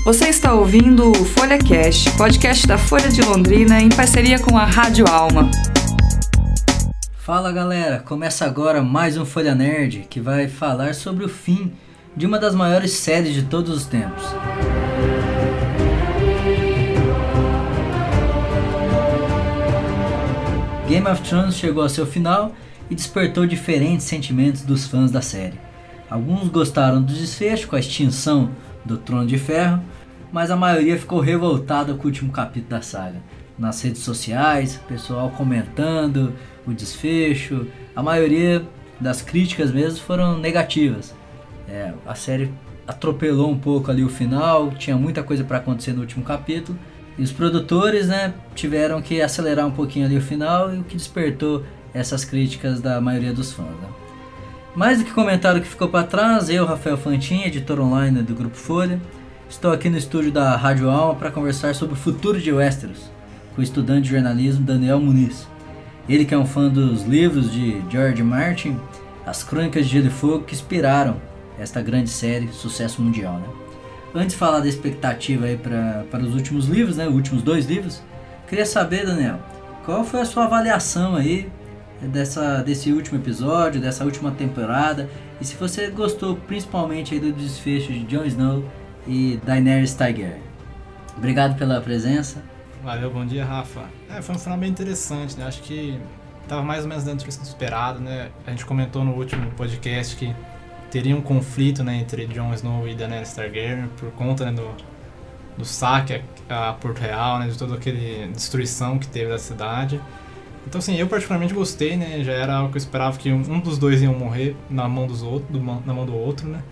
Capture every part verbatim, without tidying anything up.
Você está ouvindo o FolhaCast, podcast da Folha de Londrina em parceria com a Rádio Alma. Fala galera, começa agora mais um Folha Nerd que vai falar sobre o fim de uma das maiores séries de todos os tempos. Game of Thrones chegou ao seu final e despertou diferentes sentimentos dos fãs da série. Alguns gostaram do desfecho com a extinção do Trono de Ferro, mas a maioria ficou revoltada com o último capítulo da saga. Nas redes sociais, o pessoal comentando o desfecho, a maioria das críticas mesmo foram negativas. É, a série atropelou um pouco ali o final, tinha muita coisa para acontecer no último capítulo, e os produtores, né, tiveram que acelerar um pouquinho ali o final, e o que despertou essas críticas da maioria dos fãs, né? Mais do que comentar o que ficou para trás, eu, Rafael Fantin, editor online do Grupo Folha, estou aqui no estúdio da Rádio Alma para conversar sobre o futuro de Westeros, com o estudante de jornalismo Daniel Muniz. Ele que é um fã dos livros de George Martin, as Crônicas de Gelo e Fogo, que inspiraram esta grande série, sucesso mundial, né? Antes de falar da expectativa aí pra, para os últimos livros, né, os últimos dois livros, queria saber, Daniel, qual foi a sua avaliação aí dessa, desse último episódio, dessa última temporada, e se você gostou principalmente aí do desfecho de Jon Snow e Daenerys Targaryen. Obrigado pela presença. Valeu, bom dia, Rafa. É, foi um final bem interessante, né? Acho que estava mais ou menos dentro do esperado, né? A gente comentou no último podcast que teria um conflito, né, entre Jon Snow e Daenerys Targaryen por conta, né, do, do saque a, a Porto Real, né, de toda aquela destruição que teve da cidade. Então, assim, eu particularmente gostei, né? Já era algo que eu esperava que um, um dos dois iam morrer na mão dos outros, do, na mão do outro, né?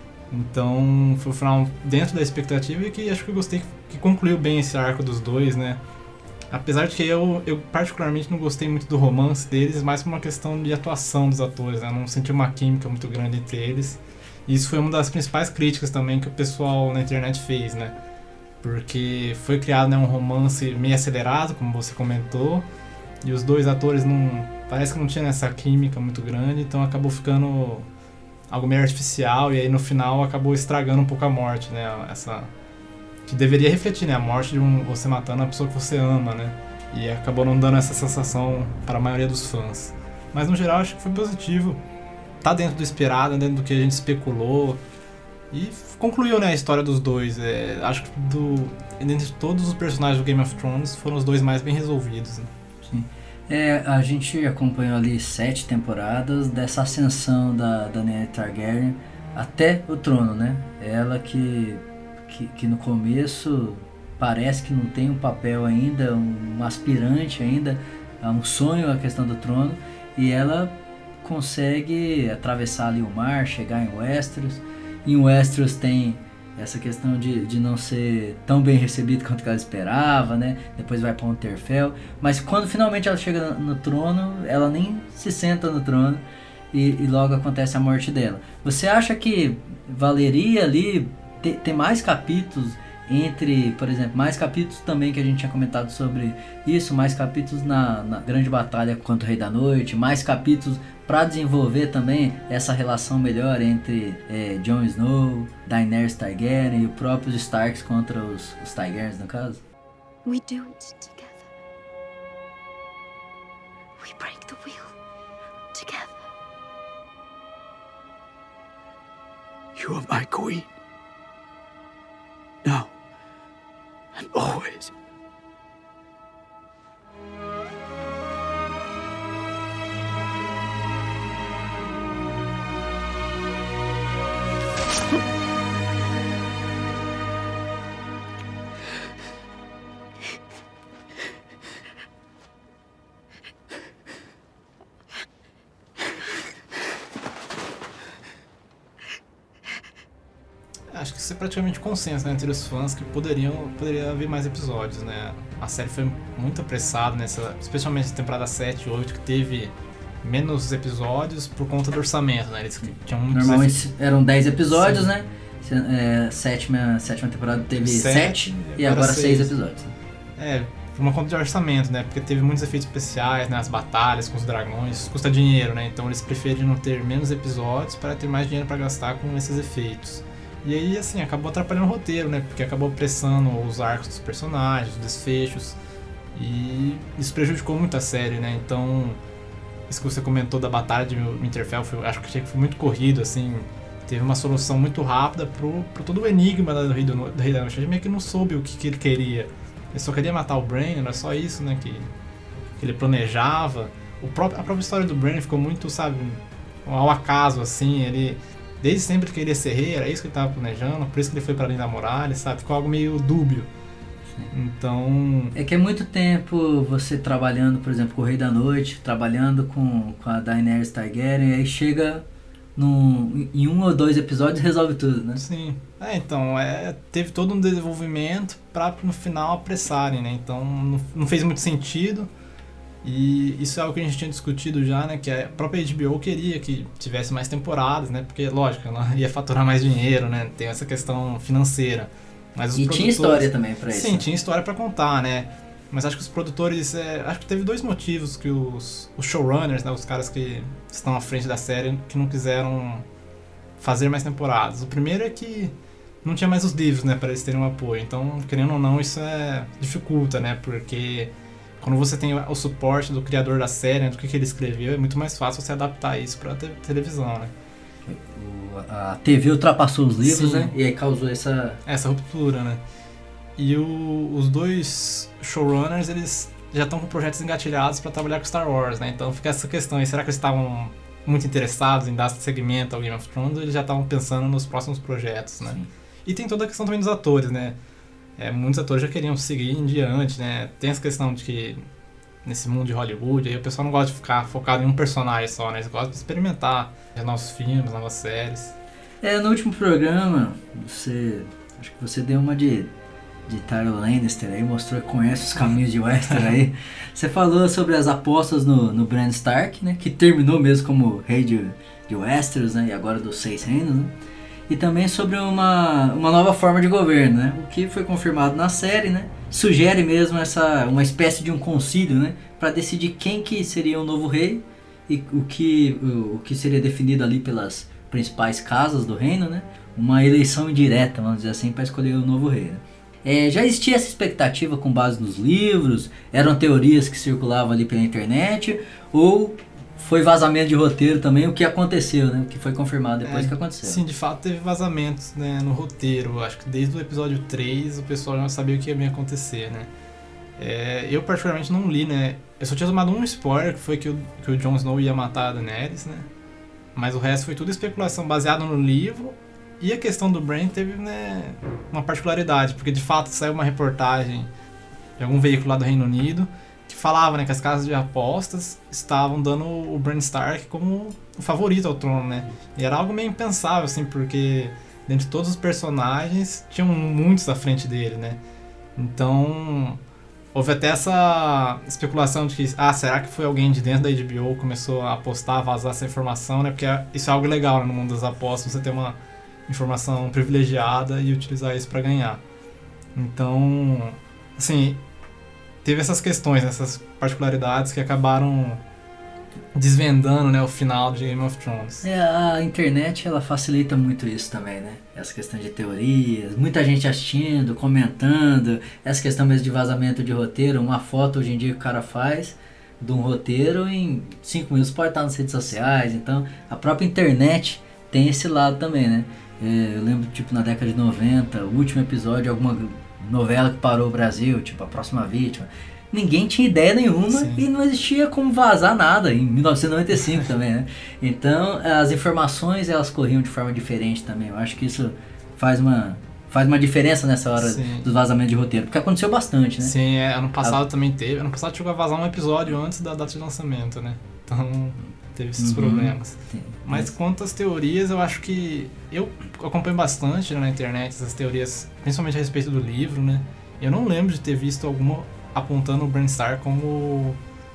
Então, foi um final dentro da expectativa e que acho que eu gostei que, que concluiu bem esse arco dos dois, né? Apesar de que eu, eu particularmente não gostei muito do romance deles, mais por uma questão de atuação dos atores, né? Eu não senti uma química muito grande entre eles. E isso foi uma das principais críticas também que o pessoal na internet fez, né? Porque foi criado, né, um romance meio acelerado, como você comentou, e os dois atores não, parece que não tinham essa química muito grande, então acabou ficando algo meio artificial, e aí no final acabou estragando um pouco a morte, né? Essa, que deveria refletir, né? A morte de um, você matando a pessoa que você ama, né? E acabou não dando essa sensação para a maioria dos fãs. Mas no geral acho que foi positivo. Tá dentro do esperado, dentro do que a gente especulou. E concluiu, né, a história dos dois. É, acho que do, dentre todos os personagens do Game of Thrones foram os dois mais bem resolvidos, né? Sim. É, a gente acompanhou ali sete temporadas dessa ascensão da Daenerys Targaryen até o trono, né? Ela que, que, que no começo parece que não tem um papel ainda, um aspirante ainda, a um sonho a questão do trono, e ela consegue atravessar ali o mar, chegar em Westeros. Em Westeros tem essa questão de, de não ser tão bem recebido quanto ela esperava, né? Depois vai para Winterfell, mas quando finalmente ela chega no, no trono, ela nem se senta no trono e, e logo acontece a morte dela. Você acha que valeria ali ter, ter mais capítulos entre, por exemplo, mais capítulos também que a gente tinha comentado sobre isso, mais capítulos na, na grande batalha contra o Rei da Noite, mais capítulos para desenvolver também essa relação melhor entre é, Jon Snow, Daenerys Targaryen e os próprios Starks contra os, os Targaryens, no caso? We do it together. We break the wheel together. You are my queen. Now and always. Acho que isso é praticamente consenso, né, entre os fãs que poderiam poderia haver mais episódios, né? A série foi muito apressada, nessa, especialmente na temporada sete e oito, que teve menos episódios por conta do orçamento, né? Eles tinham muitos Normalmente efe... eram dez episódios, Sim. né? É, sétima, sétima temporada teve sete, sete e agora seis seis episódios. É, por uma conta de orçamento, né? Porque teve muitos efeitos especiais, né? As batalhas com os dragões, custa dinheiro, né? Então eles preferiram ter menos episódios para ter mais dinheiro para gastar com esses efeitos. E aí, assim, acabou atrapalhando o roteiro, né? Porque acabou apressando os arcos dos personagens, os desfechos. E isso prejudicou muito a série, né? Então, isso que você comentou da batalha de Winterfell, foi, acho que foi muito corrido, assim. Teve uma solução muito rápida pro, pro todo o enigma do Rei, do, do Rei da Noite. A gente meio que não soube o que, que ele queria. Ele só queria matar o Bran, era só isso, né? Que, que ele planejava. O próprio, a própria história do Bran ficou muito, sabe, ao acaso, assim. Ele, desde sempre queria ser rei, era isso que ele estava planejando, por isso que ele foi para além da muralha, sabe? Ficou algo meio dúbio. Então... É que é muito tempo você trabalhando, por exemplo, com o Rei da Noite, trabalhando com, com a Daenerys Targaryen, e aí chega num, em um ou dois episódios e resolve tudo, né? Sim. É, então, é, teve todo um desenvolvimento para no final apressarem, né? Então, não, não fez muito sentido. E isso é algo que a gente tinha discutido já, né? Que a própria H B O queria que tivesse mais temporadas, né? Porque, lógico, ela ia faturar mais dinheiro, né? Tem essa questão financeira. Mas os e produtores... tinha história também pra isso. Sim, tinha história pra contar, né? Mas acho que os produtores... É... Acho que teve dois motivos que os, os showrunners, né? Os caras que estão à frente da série, que não quiseram fazer mais temporadas. O primeiro é que não tinha mais os livros, né? Pra eles terem um apoio. Então, querendo ou não, isso é... dificulta, né? Porque quando você tem o suporte do criador da série, né? Do que, que ele escreveu, é muito mais fácil você adaptar isso pra te- televisão, né? A T V ultrapassou os livros, Sim. né? E aí causou essa... Essa ruptura, né? E o, os dois showrunners, eles já estão com projetos engatilhados para trabalhar com Star Wars, né? Então fica essa questão aí, será que eles estavam muito interessados em dar segmento ao Game of Thrones ou eles já estavam pensando nos próximos projetos, né? Sim. E tem toda a questão também dos atores, né? É, muitos atores já queriam seguir em diante, né? Tem essa questão de que nesse mundo de Hollywood, aí o pessoal não gosta de ficar focado em um personagem só, né? Eles gostam de experimentar novos filmes, novas séries. É, no último programa, você... Acho que você deu uma de... de Tyrion Lannister aí, mostrou que conhece os caminhos de Westeros aí. Você falou sobre as apostas no, no Bran Stark, né? Que terminou mesmo como rei de, de Westeros, né? E agora dos Seis Reinos, né? E também sobre uma, uma nova forma de governo, né? O que foi confirmado na série, né? Sugere mesmo essa, uma espécie de um concílio, né? Para decidir quem que seria o novo rei e o que, o, o que seria definido ali pelas principais casas do reino, né? Uma eleição indireta, vamos dizer assim, para escolher o novo rei, né? É, já existia essa expectativa com base nos livros? Eram teorias que circulavam ali pela internet? Ou foi vazamento de roteiro também, o que aconteceu, né? O que foi confirmado depois É, que aconteceu? Sim, de fato teve vazamentos, né, no roteiro. Acho que desde o episódio três o pessoal já sabia o que ia acontecer, né? É, eu particularmente não li, né? Eu só tinha tomado um spoiler, que foi que o, que o Jon Snow ia matar a Daenerys, né? Mas o resto foi tudo especulação baseada no livro. E a questão do Bran teve, né, uma particularidade, porque de fato saiu uma reportagem de algum veículo lá do Reino Unido que falava, né, que as casas de apostas estavam dando o Bran Stark como o favorito ao trono, né? E era algo meio impensável, assim, porque dentre todos os personagens tinham muitos à frente dele, né? Então houve até essa especulação de que, ah, será que foi alguém de dentro da H B O que começou a apostar, a vazar essa informação, né? Porque isso é algo legal, né, no mundo das apostas, você ter uma informação privilegiada e utilizar isso para ganhar. Então, assim, teve essas questões, essas particularidades que acabaram desvendando, né, o final de Game of Thrones. É, a internet, ela facilita muito isso também, né? Essa questão de teorias, muita gente assistindo, comentando, essa questão mesmo de vazamento de roteiro, uma foto hoje em dia que o cara faz de um roteiro em cinco minutos pode estar nas redes sociais, então a própria internet tem esse lado também, né? Eu lembro, tipo, na década de noventa, o último episódio de alguma novela que parou o Brasil, tipo, A Próxima Vítima. Ninguém tinha ideia nenhuma. Sim. E não existia como vazar nada, em mil novecentos e noventa e cinco também, né? Então, as informações, elas corriam de forma diferente também. Eu acho que isso faz uma, faz uma diferença nessa hora Sim. dos vazamentos de roteiro, porque aconteceu bastante, né? Sim, é, ano passado a... também teve. Ano passado chegou a vazar um episódio antes da data de lançamento, né? Então... teve esses uhum. problemas. Sim. Mas quanto às teorias, eu acho que... Eu acompanho bastante, né, na internet essas teorias, principalmente a respeito do livro, né? Eu não lembro de ter visto alguma apontando o Bran Stark como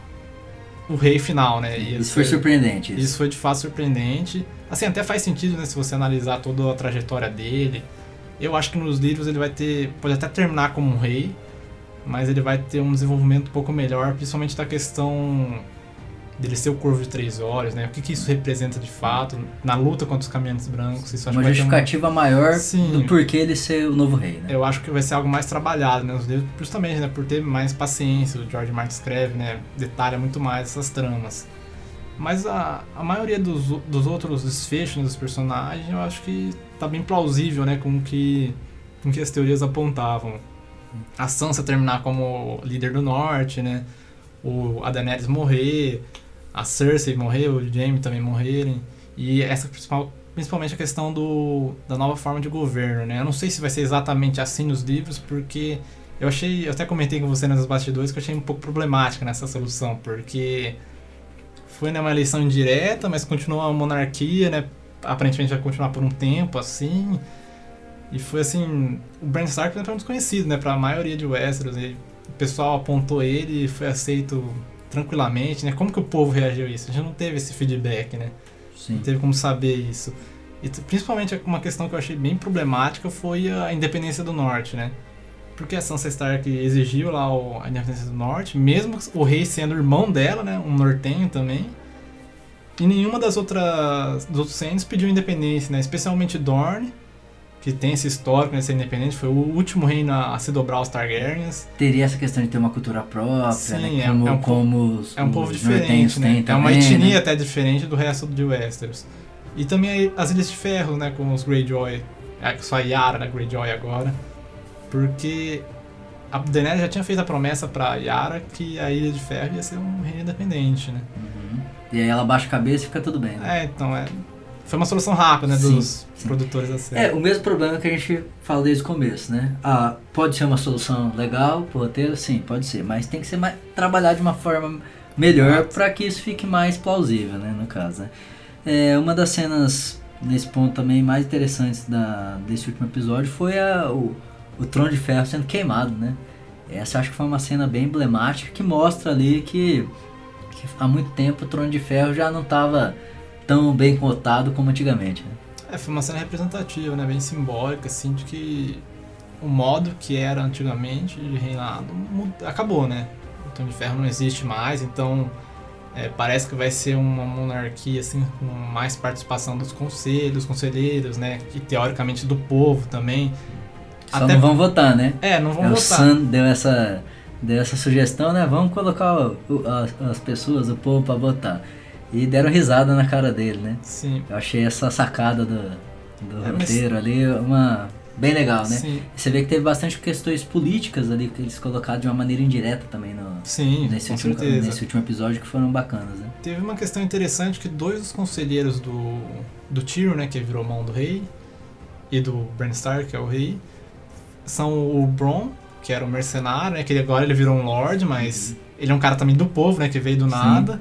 o rei final, né? E isso foi surpreendente. Isso. isso foi de fato surpreendente. Assim, até faz sentido, né, se você analisar toda a trajetória dele. Eu acho que nos livros ele vai ter... Pode até terminar como um rei, mas ele vai ter um desenvolvimento um pouco melhor, principalmente da questão dele ser o Corvo de Três Olhos, né? O que, que isso representa de fato na luta contra os Caminhantes Brancos. Isso acho Uma que vai justificativa um... maior Sim. do porquê ele ser o novo rei, né? Eu acho que vai ser algo mais trabalhado, né? Os livros, justamente, né? Por ter mais paciência. O George Martin escreve, né? Detalha muito mais essas tramas. Mas a, a maioria dos, dos outros desfechos dos personagens, eu acho que tá bem plausível, né? Com o que, com que as teorias apontavam. A Sansa terminar como líder do Norte, né? O, a Daenerys morrer, a Cersei morrer, o Jaime também morrerem. E essa principal, principalmente a questão do, da nova forma de governo, né? Eu não sei se vai ser exatamente assim nos livros, porque eu achei, eu até comentei com você nos bastidores que eu achei um pouco problemática nessa solução, porque foi, né, uma eleição indireta, mas continua a monarquia, né? Aparentemente vai continuar por um tempo, assim. E foi assim, o Bran Stark foi um desconhecido, né, pra maioria de Westeros. E o pessoal apontou ele e foi aceito tranquilamente, né? Como que o povo reagiu a isso? A gente não teve esse feedback, né? Sim. Não teve como saber isso. E principalmente uma questão que eu achei bem problemática foi a independência do Norte, né? Porque a Sansa Stark exigiu lá a independência do Norte, mesmo o rei sendo irmão dela, né? Um nortenho também. E nenhuma das outras dos outros reinos pediu independência, né? Especialmente Dorne, que tem esse histórico, né, ser independente, foi o último reino a se dobrar aos Targaryens. Teria essa questão de ter uma cultura própria, Sim, né, como, é um, como os, é um os povo diferente, né? Têm é uma também, etnia né? até diferente do resto de Westeros. E também as Ilhas de Ferro, né, com os Greyjoy, só a Yara da Greyjoy agora, porque a Daenerys já tinha feito a promessa pra Yara que a Ilha de Ferro ia ser um reino independente, né? Uhum. E aí ela baixa a cabeça e fica tudo bem, né? É, então é... Foi uma solução rápida, né, Sim, dos sim. produtores da série. É, o mesmo problema que a gente fala desde o começo, né? Ah, pode ser uma solução legal pro roteiro? Sim, pode ser. Mas tem que ser mais, trabalhar de uma forma melhor para que isso fique mais plausível, né, no caso. Né? É, uma das cenas, nesse ponto também, mais interessantes da, desse último episódio foi a, o, o Trono de Ferro sendo queimado, né? Essa acho que foi uma cena bem emblemática que mostra ali que, que há muito tempo o Trono de Ferro já não estava tão bem cotado como antigamente, né? É, foi uma cena representativa, né, bem simbólica, assim, de que o modo que era antigamente de reinado acabou, né? O Trono de Ferro não existe mais, então é, parece que vai ser uma monarquia, assim, com mais participação dos conselhos, dos conselheiros, né, e teoricamente do povo também. Só Até... não vão votar, né? É, não vão é, votar. O Sam deu essa, deu essa sugestão, né? Vamos colocar o, o, as, as pessoas, o povo pra votar. E deram risada na cara dele, né? Sim. Eu achei essa sacada do, do É, roteiro mas... ali uma bem legal, né? Sim. Você vê que teve bastante questões políticas ali que eles colocaram de uma maneira indireta também no, Sim, nesse, com último, certeza. nesse último episódio, que foram bacanas, né? Teve uma questão interessante que dois dos conselheiros do, do Tyrion, né, que virou mão do rei, e do Bran Stark, que é o rei, são o Bronn, que era um mercenário, né, que ele, agora ele virou um lord, mas uhum. ele é um cara também do povo, né, que veio do nada. Sim.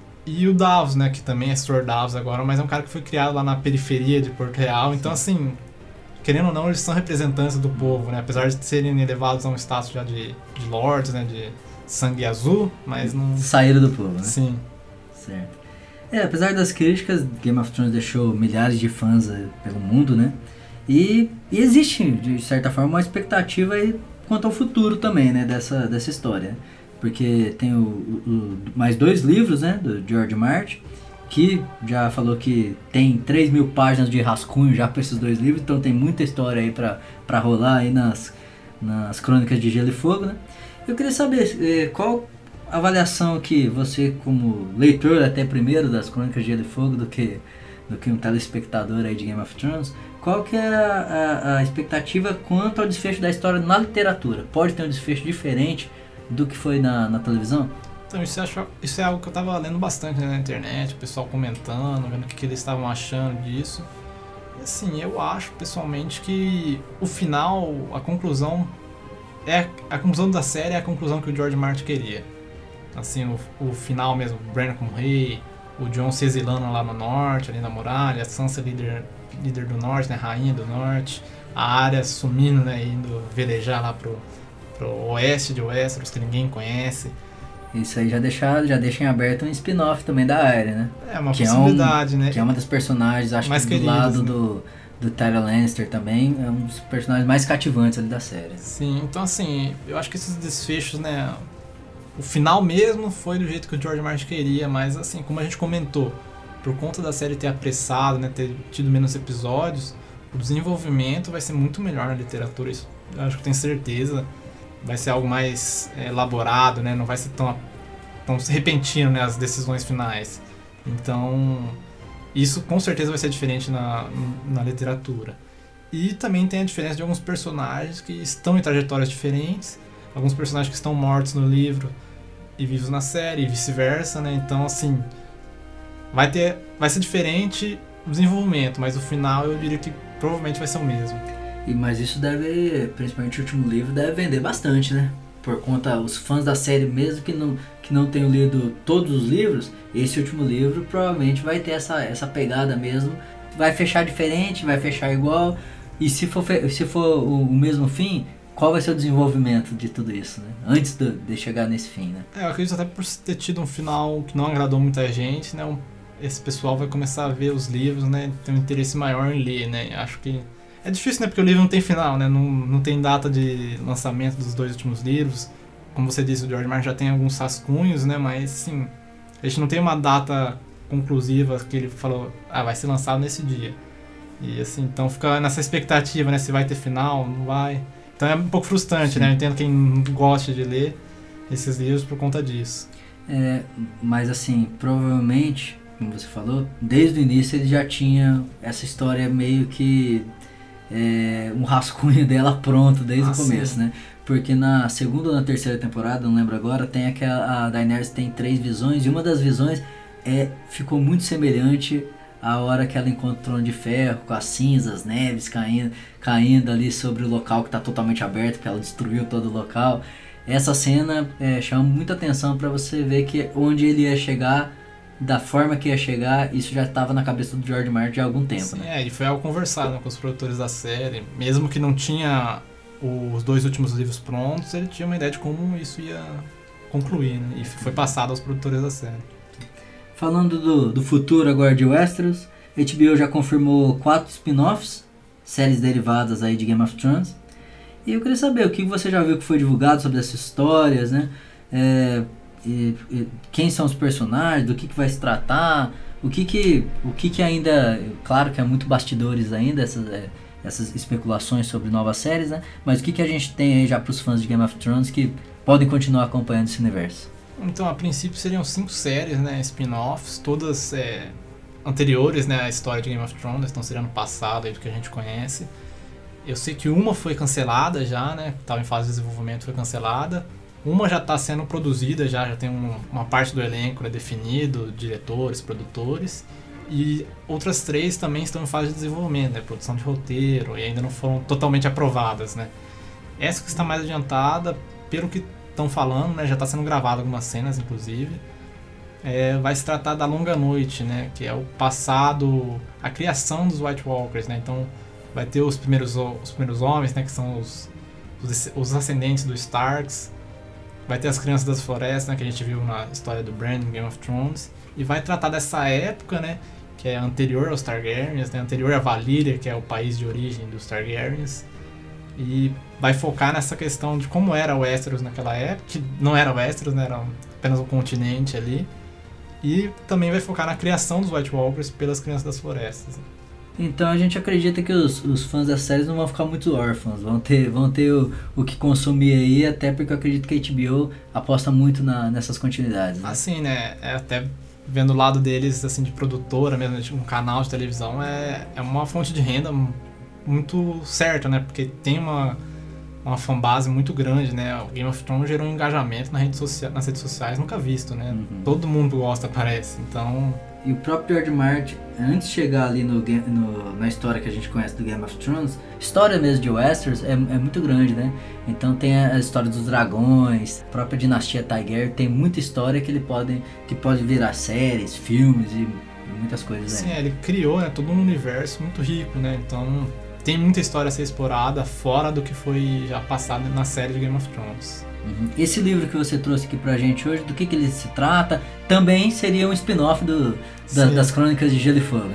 E o Davos, né, que também é Sir Davos agora, mas é um cara que foi criado lá na periferia de Porto Real. Então, assim, querendo ou não, eles são representantes do povo, né? Apesar de serem elevados a um status já de, de lords, né, de sangue azul, mas não... Saíram do povo, né? Sim. Certo. É, apesar das críticas, Game of Thrones deixou milhares de fãs pelo mundo, né? E, e existe, de certa forma, uma expectativa aí quanto ao futuro também, né, dessa, dessa história. Porque tem o, o, o, mais dois livros, né, do George Martin, que já falou que tem três mil páginas de rascunho já para esses dois livros, então tem muita história aí para para rolar aí nas, nas Crônicas de Gelo e Fogo, né? Eu queria saber eh, qual avaliação que você, como leitor até primeiro das Crônicas de Gelo e Fogo, do que, do que um telespectador aí de Game of Thrones, qual que é a, a, a expectativa quanto ao desfecho da história na literatura? Pode ter um desfecho diferente do que foi na, na televisão? Então, isso, acho, isso é algo que eu tava lendo bastante, né, na internet, o pessoal comentando, vendo o que, que eles estavam achando disso. E assim, eu acho pessoalmente que o final, a conclusão, é a conclusão da série é a conclusão que o George Martin queria. Assim, o, o final mesmo, o Bran como rei, o Jon se exilando lá no norte, ali na muralha, a Sansa líder, líder do norte, né, rainha do norte, a Arya sumindo, né, indo velejar lá pro pro oeste de Westeros, que ninguém conhece. Isso aí já deixa, já deixa em aberto um spin-off também da Arya, né? É uma que possibilidade, é um, né? Que é uma das personagens, acho mais que do lado né? do, do Tyrion Lannister também, é um dos personagens mais cativantes ali da série. Sim, então assim, eu acho que esses desfechos, né, o final mesmo foi do jeito que o George Martin queria, mas assim, como a gente comentou, por conta da série ter apressado, né, ter tido menos episódios, o desenvolvimento vai ser muito melhor na literatura, isso eu acho que eu tenho certeza. Vai ser algo mais é, elaborado, né, não vai ser tão, tão repentino, né, as decisões finais. Então, isso com certeza vai ser diferente na, na literatura. E também tem a diferença de alguns personagens que estão em trajetórias diferentes, alguns personagens que estão mortos no livro e vivos na série, e vice-versa, né? Então, assim, vai ter, vai ser diferente o desenvolvimento, mas o final eu diria que provavelmente vai ser o mesmo. E, mas isso deve, principalmente o último livro, deve vender bastante, né? Por conta, os fãs da série, mesmo que não, que não tenham lido todos os livros, esse último livro provavelmente vai ter essa, essa pegada mesmo. Vai fechar diferente, vai fechar igual. E se for, se for o, o mesmo fim, qual vai ser o desenvolvimento de tudo isso, né? Antes de, de chegar nesse fim, né? É, eu acredito até por ter tido um final que não agradou muita gente, né? Um, esse pessoal vai começar a ver os livros, né? Ter um interesse maior em ler, né? Acho que é difícil, né? Porque o livro não tem final, né? Não, não tem data de lançamento dos dois últimos livros. Como você disse, o George Martin já tem alguns rascunhos, né? Mas, sim, a gente não tem uma data conclusiva que ele falou, ah, vai ser lançado nesse dia. E, assim, então fica nessa expectativa, né? Se vai ter final, não vai. Então é um pouco frustrante, sim, né? Eu entendo quem não gosta de ler esses livros por conta disso. É, mas, assim, provavelmente, como você falou, desde o início ele já tinha essa história meio que... É, um rascunho dela pronto desde ah, o começo, sim, né? Porque na segunda ou na terceira temporada, não lembro agora, tem aquela, a Daenerys tem três visões, e uma das visões é, ficou muito semelhante à hora que ela encontra o Trono de Ferro, com as cinzas, neves caindo, caindo ali sobre o local que está totalmente aberto, porque ela destruiu todo o local. Essa cena é, chama muita atenção para você ver que onde ele ia chegar, da forma que ia chegar, isso já estava na cabeça do George Martin há algum tempo. Sim, né? É, e foi algo conversado, né, com os produtores da série. Mesmo que não tinha os dois últimos livros prontos, ele tinha uma ideia de como isso ia concluir, né? E foi passado aos produtores da série. Falando do, do futuro agora de Westeros, a H B O já confirmou quatro spin-offs, séries derivadas aí de Game of Thrones. E eu queria saber o que você já viu que foi divulgado sobre essas histórias, né? É, E, e, quem são os personagens, do que, que vai se tratar, o que que, o que que ainda, claro que é muito bastidores ainda, essas, é, essas especulações sobre novas séries, né? Mas o que que a gente tem aí já para os fãs de Game of Thrones que podem continuar acompanhando esse universo? Então, a princípio seriam cinco séries, né, spin-offs, todas é, anteriores, né, à história de Game of Thrones, então seria no passado aí do que a gente conhece. Eu sei que uma foi cancelada já, né, estava em fase de desenvolvimento, foi cancelada. Uma já está sendo produzida, já, já tem um, uma parte do elenco, né, definido, diretores, produtores. E outras três também estão em fase de desenvolvimento, né, produção de roteiro, e ainda não foram totalmente aprovadas, né. Essa que está mais adiantada, pelo que estão falando, né, já está sendo gravada algumas cenas, inclusive. É, vai se tratar da Longa Noite, né, que é o passado, a criação dos White Walkers, né. Então vai ter os primeiros, os primeiros homens, né, que são os, os, os ascendentes dos Starks. Vai ter as Crianças das Florestas, né, que a gente viu na história do Bran em Game of Thrones. E vai tratar dessa época, né, que é anterior aos Targaryens, né, anterior a Valíria, que é o país de origem dos Targaryens. E vai focar nessa questão de como era Westeros naquela época, que não era Westeros, né, era apenas um continente ali. E também vai focar na criação dos White Walkers pelas Crianças das Florestas. Então a gente acredita que os, os fãs das séries não vão ficar muito órfãos, vão ter, vão ter o, o que consumir aí, até porque eu acredito que a H B O aposta muito na, nessas continuidades. Né? Assim, né, é até vendo o lado deles, assim, de produtora mesmo, de um canal de televisão, é, é uma fonte de renda muito certa, né, porque tem uma, uma fanbase muito grande, né, o Game of Thrones gerou um engajamento na rede social, nas redes sociais nunca visto, né, uhum. Todo mundo gosta, parece, então... E o próprio George Martin, antes de chegar ali no, no, na história que a gente conhece do Game of Thrones, história mesmo de Westeros é, é muito grande, né? Então tem a história dos dragões, a própria dinastia Targaryen, tem muita história que ele pode, que pode virar séries, filmes e, e muitas coisas. Sim, né? É, ele criou, né, todo um universo muito rico, né? Então tem muita história a ser explorada fora do que foi já passado na série de Game of Thrones. Uhum. Esse livro que você trouxe aqui pra gente hoje, do que, que ele se trata, também seria um spin-off do, da, das Crônicas de Gelo e Fogo, né?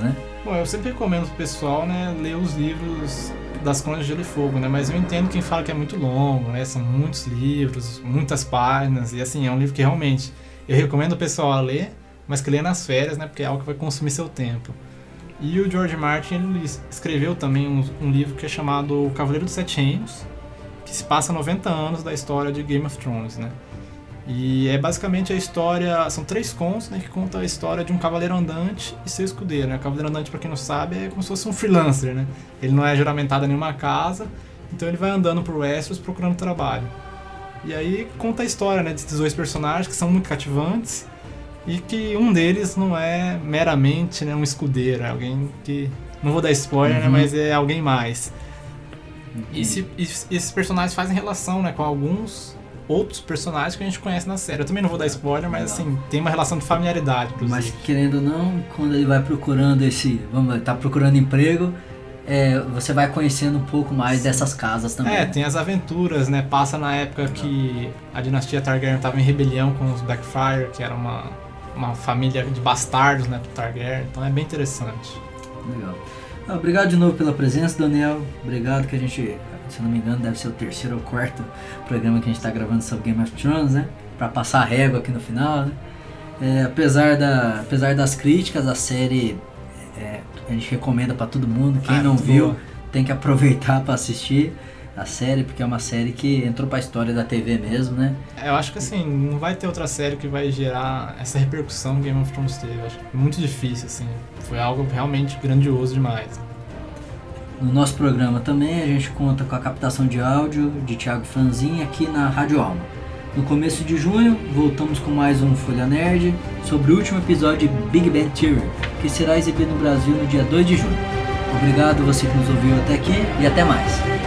Bom, eu sempre recomendo pro pessoal, né, ler os livros das Crônicas de Gelo e Fogo, né, mas eu entendo quem fala que é muito longo, né, são muitos livros, muitas páginas, e assim, é um livro que realmente eu recomendo o pessoal a ler, mas que lê nas férias, né, porque é algo que vai consumir seu tempo. E o George Martin, ele escreveu também um, um livro que é chamado O Cavaleiro dos Sete Reinos, que se passa noventa anos da história de Game of Thrones, né. E é basicamente a história, são três contos, né, que contam a história de um cavaleiro andante e seu escudeiro, né? O cavaleiro andante, para quem não sabe, é como se fosse um freelancer, né? Ele não é juramentado em nenhuma casa, então ele vai andando por Westeros procurando trabalho. E aí conta a história, né, desses dois personagens que são muito cativantes e que um deles não é meramente, né, um escudeiro, é alguém que, não vou dar spoiler, uhum. né, mas é alguém mais. Uhum. E, se, e esses personagens fazem relação, né, com alguns outros personagens que a gente conhece na série. Eu também não vou dar spoiler, mas assim, tem uma relação de familiaridade, inclusive. Mas querendo ou não, quando ele vai procurando esse, vamos tá procurando emprego, é, você vai conhecendo um pouco mais dessas casas também. É, tem as aventuras, né? Passa na época Legal. que a dinastia Targaryen estava em rebelião com os Blackfyre, que era uma, uma família de bastardos, né, do Targaryen. Então é bem interessante. Legal. Ah, obrigado de novo pela presença, Daniel. Obrigado que a gente... Se não me engano, deve ser o terceiro ou quarto programa que a gente está gravando sobre Game of Thrones, né? Para passar a régua aqui no final, né? É, apesar, da, apesar das críticas, a série é, a gente recomenda para todo mundo. Quem ah, não viu, boa. Tem que aproveitar para assistir a série, porque é uma série que entrou para a história da T V mesmo, né? Eu acho que assim, não vai ter outra série que vai gerar essa repercussão que Game of Thrones teve. Eu acho que é muito difícil, assim. Foi algo realmente grandioso demais. No nosso programa também a gente conta com a captação de áudio de Thiago Franzin aqui na Rádio Alma. No começo de junho, voltamos com mais um Folha Nerd sobre o último episódio de Big Bang Theory, que será exibido no Brasil no dia dois de junho. Obrigado você que nos ouviu até aqui e até mais!